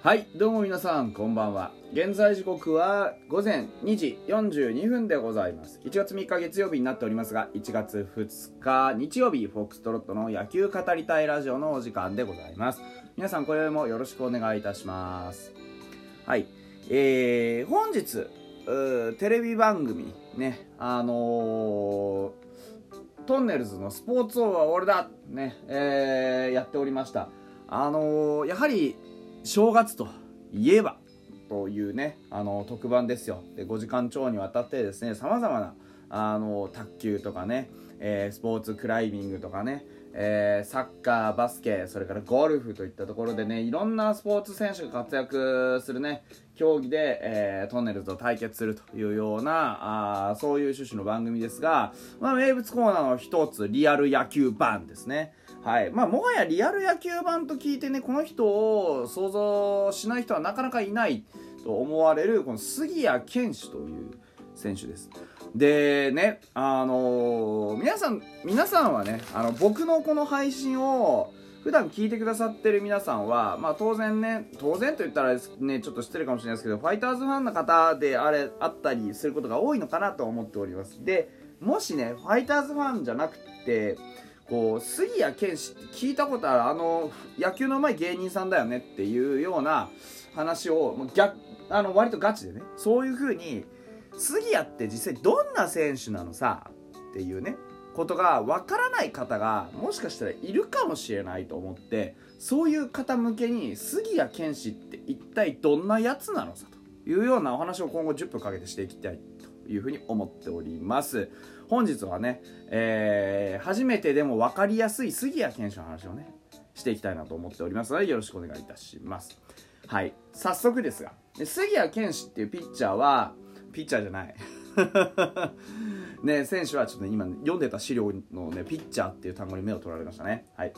はい、どうも皆さんこんばんは。現在時刻は午前2時42分でございます。1月3日月曜日になっておりますが、1月2日日曜日、フォックストロットの野球語りたいラジオのお時間でございます。皆さん今宵もよろしくお願いいたします。はい、本日テレビ番組ね、トンネルズのスポーツ王は俺だね、やっておりました。やはり正月といえばというね、特番ですよ。で5時間超にわたってですね、さまざまな卓球とかね、スポーツクライミングとかね、サッカー、バスケ、それからゴルフといったところでね、いろんなスポーツ選手が活躍するね競技で、トンネルズと対決するというようなそういう趣旨の番組ですが、名物コーナーの一つ、リアル野球版ですね。はい、もはやリアル野球版と聞いてね、この人を想像しない人はなかなかいないと思われるこの杉谷拳士という選手です。でね、皆さんはね、僕のこの配信を普段聞いてくださってる皆さんは、当然と言ったらね、ちょっと失礼かもしれないですけど、ファイターズファンの方であったりすることが多いのかなと思っております。で、もしね、ファイターズファンじゃなくて、杉谷拳士って聞いたことある野球の上手い芸人さんだよねっていうような話を割とガチでね、そういう風に杉谷って実際どんな選手なのさっていうねことがわからない方がもしかしたらいるかもしれないと思って、そういう方向けに杉谷拳士って一体どんなやつなのさというようなお話を今後10分かけてしていきたいというふうに思っております。本日はね、初めてでも分かりやすい杉谷拳士の話をねしていきたいなと思っておりますので、よろしくお願いいたします。はい、早速ですが、杉谷拳士っていうピッチャーじゃないね、選手はちょっとね、今読んでた資料のね、ピッチャーっていう単語に目を取られましたね。はい、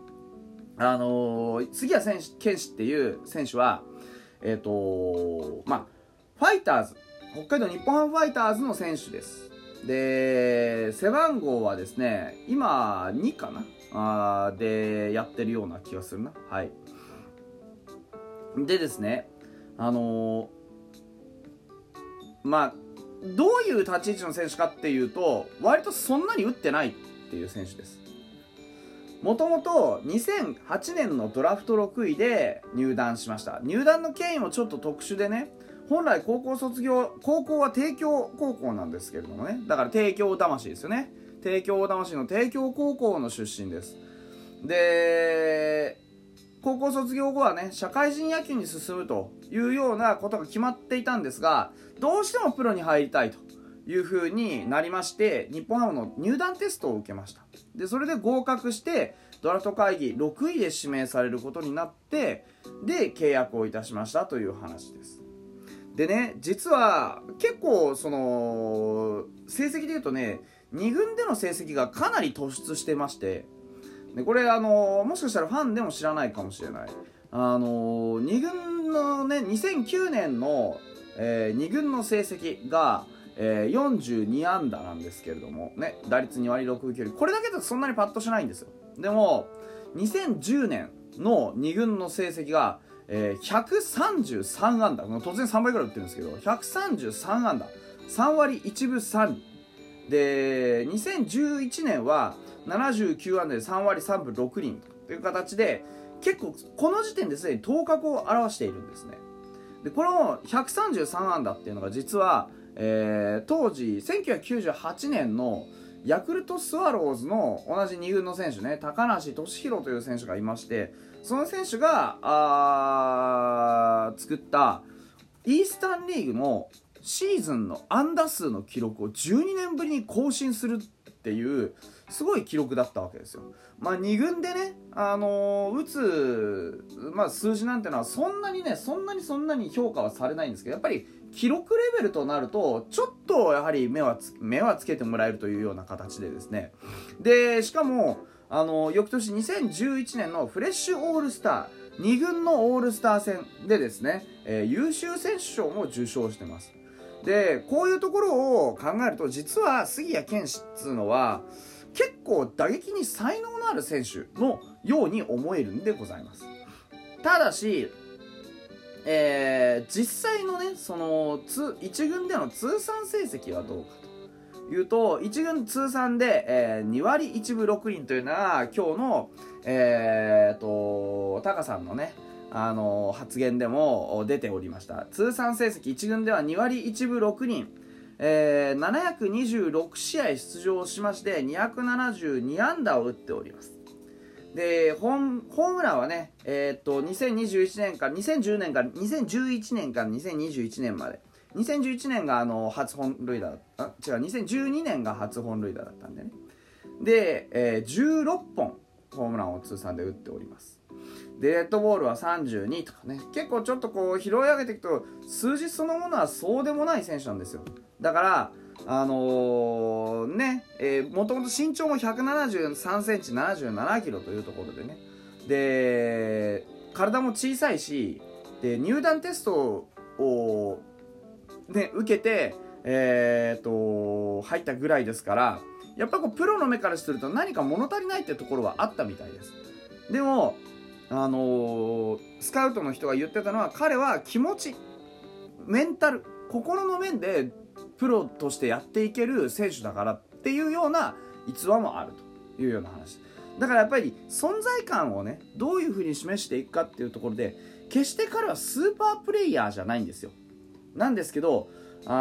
杉谷拳士っていう選手はファイターズ、北海道日本ハムファイターズの選手です。で、背番号はですね、今2かなでやってるような気がするな。はい。でですね、どういう立ち位置の選手かっていうと、割とそんなに打ってないっていう選手です。もともと2008年のドラフト6位で入団しました。入団の経緯もちょっと特殊でね、本来高校は帝京高校なんですけれどもね、だから帝京魂ですよね。帝京魂の帝京高校の出身です。で、高校卒業後はね、社会人野球に進むというようなことが決まっていたんですが、どうしてもプロに入りたいという風になりまして、日本ハムの入団テストを受けました。で、それで合格してドラフト会議6位で指名されることになって、で契約をいたしましたという話です。でね、実は結構その成績でいうとね、2軍での成績がかなり突出してまして、でこれもしかしたらファンでも知らないかもしれない。2軍のね、2009年の、2軍の成績が、42安打なんですけれどもね、打率2割6分9厘、これだけだとそんなにパッとしないんですよ。でも2010年の2軍の成績が133安打、突然3倍ぐらい打ってるんですけど、133安打3割1分3厘で、2011年は79安打で3割3分6厘という形で、結構この時点ですでに頭角を現しているんですね。で、この133安打っていうのが実は、当時1998年のヤクルトスワローズの同じ2軍の選手ね、高梨俊弘という選手がいまして、その選手が作ったイースタンリーグのシーズンの安打数の記録を12年ぶりに更新するっていうすごい記録だったわけですよ。2軍でね、打つ、数字なんてのはそんなに評価はされないんですけど、やっぱり記録レベルとなるとちょっとやはり目はつけてもらえるというような形でですね。で、しかも翌年2011年のフレッシュオールスター2軍のオールスター戦でですね、優秀選手賞も受賞してます。で、こういうところを考えると、実は杉谷拳士っていうのは結構打撃に才能のある選手のように思えるんでございます。ただし実際のねその1軍での通算成績はどうかというと、1軍通算で、2割1分6厘というのが今日のタカさんのね発言でも出ておりました。通算成績1軍では2割1分6厘、726試合出場しまして272安打を打っております。でホームランはね、2021年から2010年から2011年から2021年まで、2011年が初本塁打2012年が初本塁打だったんでね。で、16本ホームランを通算で打っております。でデッドボールは32とかね、結構ちょっとこう拾い上げていくと数字そのものはそうでもない選手なんですよ。だからもともと身長も173センチ77キロというところでね、で体も小さいし、で入団テストをね受けて入ったぐらいですから、やっぱプロの目からすると何か物足りないってところはあったみたいです。でもスカウトの人が言ってたのは、彼は気持ち、メンタル、心の面でプロとしてやっていける選手だからっていうような逸話もあるというような話だから、やっぱり存在感をねどういうふうに示していくかっていうところで、決して彼はスーパープレイヤーじゃないんですよ。なんですけど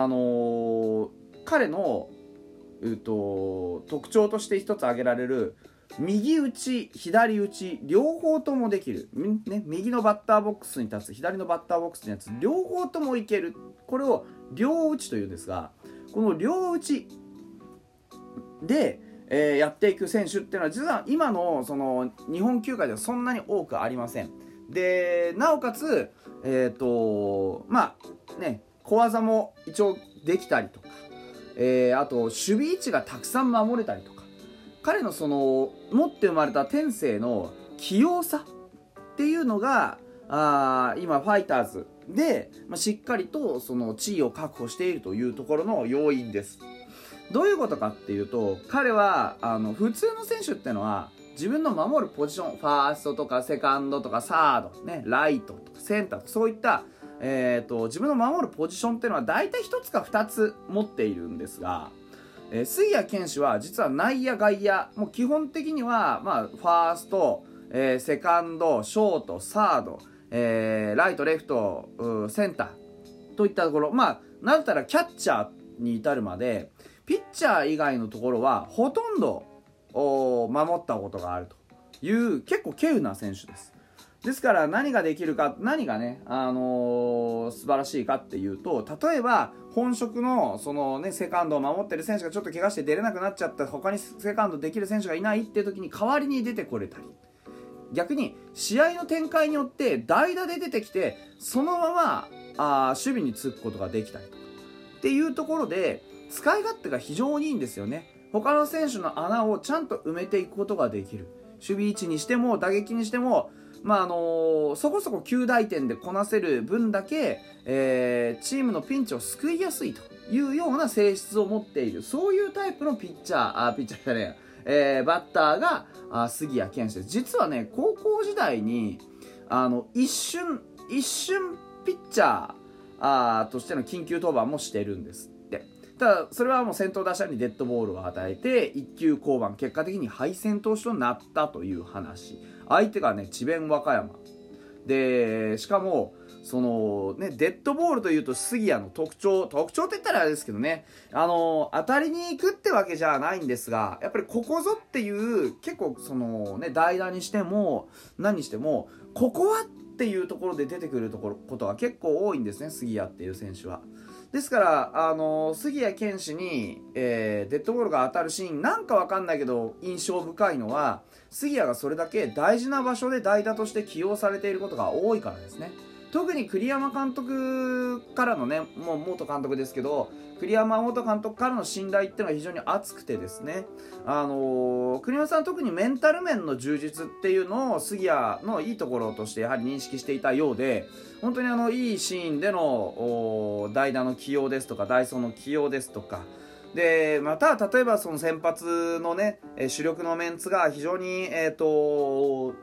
彼の特徴として一つ挙げられる右打ち左打ち両方ともできる、ね、右のバッターボックスに立つ左のバッターボックスに立つ両方ともいける、これを両打ちというんですが、この両打ちで、やっていく選手っていうのは実は今のその日本球界ではそんなに多くありません。でなおかつ小技も一応できたりとか、あと守備位置がたくさん守れたりとか、彼のその持って生まれた天性の器用さっていうのが今ファイターズで、しっかりとその地位を確保しているというところの要因です。どういうことかっていうと、彼は普通の選手っていうのは自分の守るポジション、ファーストとかセカンドとかサード、ね、ライトとかセンターとかそういった、自分の守るポジションっていうのは大体1つか2つ持っているんですが、杉谷拳士は実は内野外野もう基本的には、ファースト、セカンドショートサード、ライトレフトセンターといったところ、なんだったらキャッチャーに至るまでピッチャー以外のところはほとんど守ったことがあるという結構稀有な選手です。ですから何ができるか、何がね、素晴らしいかっていうと、例えば本職のそのねセカンドを守ってる選手がちょっと怪我して出れなくなっちゃった、他にセカンドできる選手がいないっていう時に代わりに出てこれたり、逆に試合の展開によって代打で出てきてそのまま守備につくことができたりとかっていうところで使い勝手が非常にいいんですよね。他の選手の穴をちゃんと埋めていくことができる。守備位置にしても打撃にしても、そこそこ9大点でこなせる分だけ、チームのピンチを救いやすいというような性質を持っている、そういうタイプのピッチャーじゃねえ、バッターが杉谷拳士です。実はね高校時代に一瞬ピッチャーとしての緊急登板もしてるんですって。ただそれはもう先頭打者にデッドボールを与えて1球降板、結果的に敗戦投手となったという話。相手がね智弁和歌山で、しかもそのねデッドボールというと杉谷の特徴って言ったらあれですけどね、当たりに行くってわけじゃないんですが、やっぱりここぞっていう結構そのね代打にしても何にしてもここはっていうところで出てくることが結構多いんですね、杉谷っていう選手は。ですから杉谷拳士に、デッドボールが当たるシーンなんかわかんないけど印象深いのは、杉谷がそれだけ大事な場所で代打として起用されていることが多いからですね。特に栗山監督からのね、もう元監督ですけど栗山元監督からの信頼っていうのが非常に厚くてですね、栗山さん特にメンタル面の充実っていうのを杉谷のいいところとしてやはり認識していたようで、本当にいいシーンでの代打の起用ですとか代走の起用ですとかで、また例えばその先発のね主力のメンツが非常に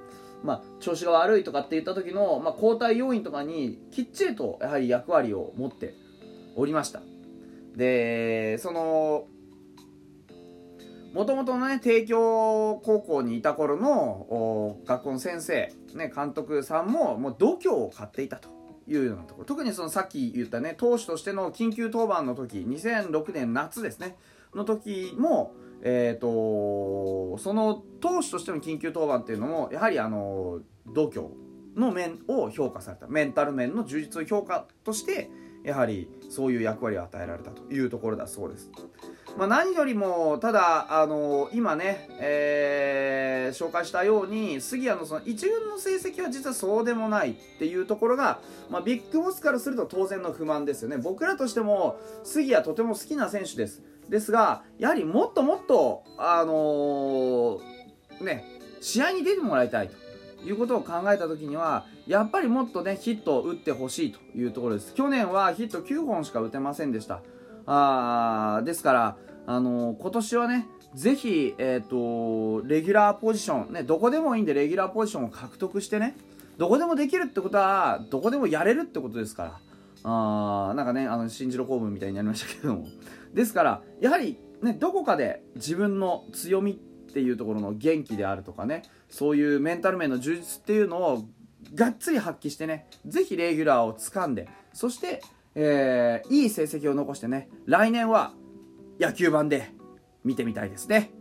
調子が悪いとかっていった時の、交代要員とかにきっちりとやはり役割を持っておりました。でもともとのね帝京高校にいた頃の学校の先生、監督さんももう度胸を買っていたというようなところ、特にそのさっき言ったね投手としての緊急登板の時、2006年夏ですねの時も、その投手としての緊急登板っていうのもやはり度胸の面を評価された、メンタル面の充実を評価としてやはりそういう役割を与えられたというところだそうです。何よりもただ今ね、紹介したように杉谷のその一軍の成績は実はそうでもないっていうところが、ビッグボスからすると当然の不満ですよね。僕らとしても杉谷とても好きな選手ですが、やはりもっともっと試合に出てもらいたいということを考えた時にはやっぱりもっとねヒットを打ってほしいというところです。去年はヒット9本しか打てませんでした。ですから今年はねぜひ、レギュラーポジション、ね、どこでもいいんでレギュラーポジションを獲得してね、どこでもできるってことはどこでもやれるってことですから、なんかね新次郎公文みたいになりましたけども、ですからやはりねどこかで自分の強みっていうところの元気であるとかね、そういうメンタル面の充実っていうのをがっつり発揮してね、ぜひレギュラーを掴んで、そしていい成績を残してね、来年は野球盤で見てみたいですね。